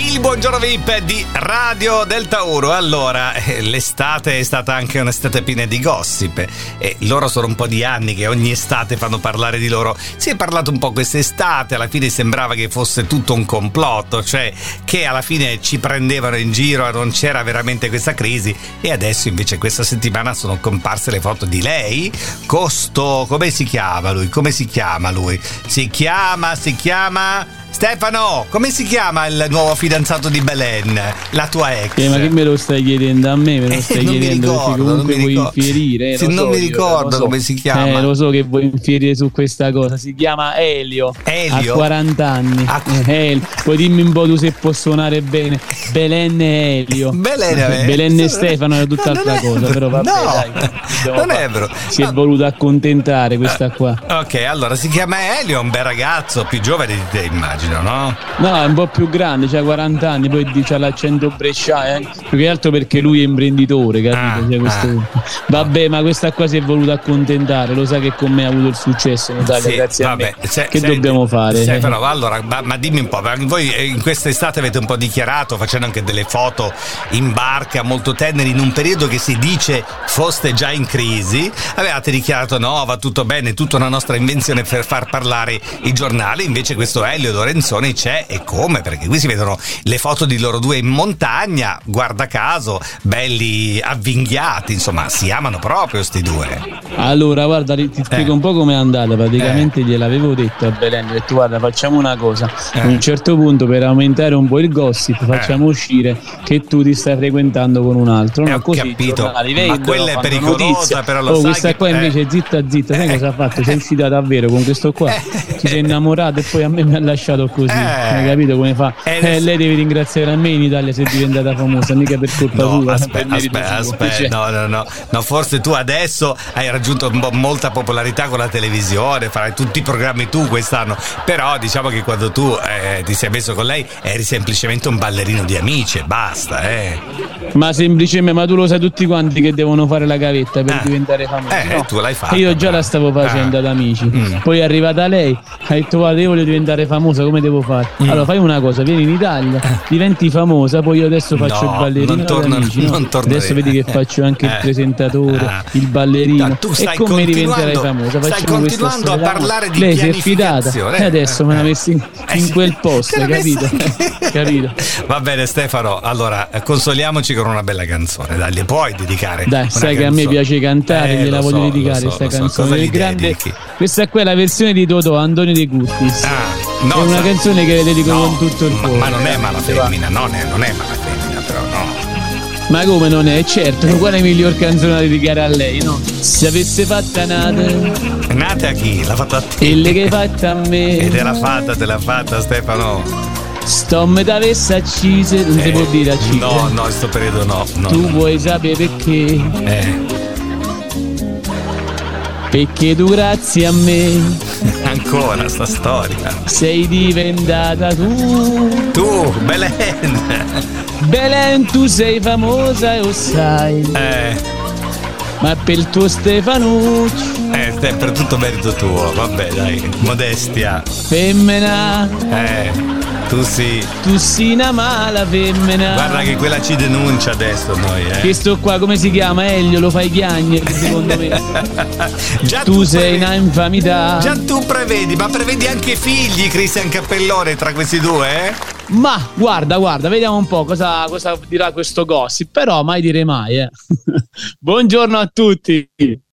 Il buongiorno VIP di Radio del Tauro. Allora, l'estate è stata anche un'estate piena di gossip e loro sono un po' di anni che ogni estate fanno parlare di loro. Si è parlato un po' quest'estate, alla fine sembrava che fosse tutto un complotto, cioè che alla fine ci prendevano in giro e non c'era veramente questa crisi, e adesso invece questa settimana sono comparse le foto di lei, come si chiama lui? Si chiama Stefano, come si chiama il nuovo fidanzato di Belen, la tua ex? Ma che me lo stai chiedendo a me? Me lo stai chiedendo perché comunque vuoi infierire. Non mi ricordo come si chiama. Lo so che vuoi infierire su questa cosa. Si chiama Elio. Ha 40 anni. Poi dimmi un po' tu se può suonare bene. Belen e Elio. Belen e Stefano è tutt'altra cosa. Però vabbè, non è vero. Si è voluto accontentare questa qua. Ok, allora si chiama Elio, è un bel ragazzo, più giovane di te, immagino. No, è un po' più grande, c'ha 40 anni, poi c'ha l'accento bresciano, più che altro perché lui è imprenditore, capito? Vabbè, ma questa qua si è voluta accontentare, lo sa che con me ha avuto il successo in Italia, grazie a me. Dobbiamo fare? Però, allora, ma dimmi un po', voi in quest'estate avete un po' dichiarato, facendo anche delle foto in barca molto teneri, in un periodo che si dice foste già in crisi, avevate dichiarato no, va tutto bene, tutta una nostra invenzione per far parlare i giornali, invece questo Elio Lorenzoni c'è, e come? Perché qui si vedono le foto di loro due in montagna, guarda caso, belli avvinghiati, insomma, si amano proprio sti due. Allora, guarda, ti spiego un po' com'è andata. Praticamente gliel'avevo detto a Belen, ho detto guarda, facciamo una cosa, a un certo punto, per aumentare un po' il gossip, facciamo uscire che tu ti stai frequentando con un altro, no? Ho Così capito, ma quella è pericolosa, notizia. però lo sai questa che qua invece zitta, sai cosa ha fatto? Sei uscita davvero con questo qua, ti sei innamorato e poi a me mi ha lasciato così, hai capito come fa? Lei deve ringraziare a me in Italia se è diventata famosa, mica per colpa sua. Aspetta, no, forse tu adesso hai raggiunto molta popolarità con la televisione, farai tutti i programmi tu quest'anno, però diciamo che quando tu ti sei messo con lei eri semplicemente un ballerino di Amici e basta. Ma semplicemente, ma tu lo sai tutti quanti che devono fare la gavetta per diventare famosi, no? Tu l'hai fatta. Io già la stavo facendo ad Amici, poi è arrivata lei, ha detto guarda, io voglio diventare famosa, come devo fare? Allora fai una cosa, vieni in Italia, diventi famosa, poi io adesso faccio il ballerino ad Amici, no? Adesso vedi che faccio anche il presentatore, il ballerino, e come diventerai famosa? Stai continuando a parlare di lei si è fidata e adesso me l'ha messa in quel posto, capito? Va bene Stefano, allora consoliamoci con una bella canzone, dai, le puoi dedicare? Dai, sai che a me piace cantare, gliela voglio dedicare questa canzone. Questa qua è la versione di Totò, Antonio De Curtis. È una canzone che le dedico con tutto il cuore. Ma non è mala femmina, non è mala femmina, però no. Ma come non è? Certo, quale miglior canzone da dedicare a lei, no? Se avesse fatta Nate a chi? L'ha fatta a te? Quelle che hai fatta a me. E te l'ha fatta Stefano. Sto metà avesse accise, non si può dire accise. No, in questo periodo no. Tu vuoi sapere perché? Perché tu grazie a me ancora sta storia sei diventata tu Belen, tu sei famosa e lo sai, ma per il tuo Stefanucci per tutto merito tuo, vabbè dai, modestia femmina, tu sì una mala femmina, guarda che quella ci denuncia adesso noi, questo qua come si chiama? Elio, lo fai chiagne secondo me. Già tu sei una infamità, già tu prevedi anche figli, Cristian Cappellone, tra questi due, Ma guarda, vediamo un po' cosa dirà questo gossip, però mai dire mai. Buongiorno a tutti.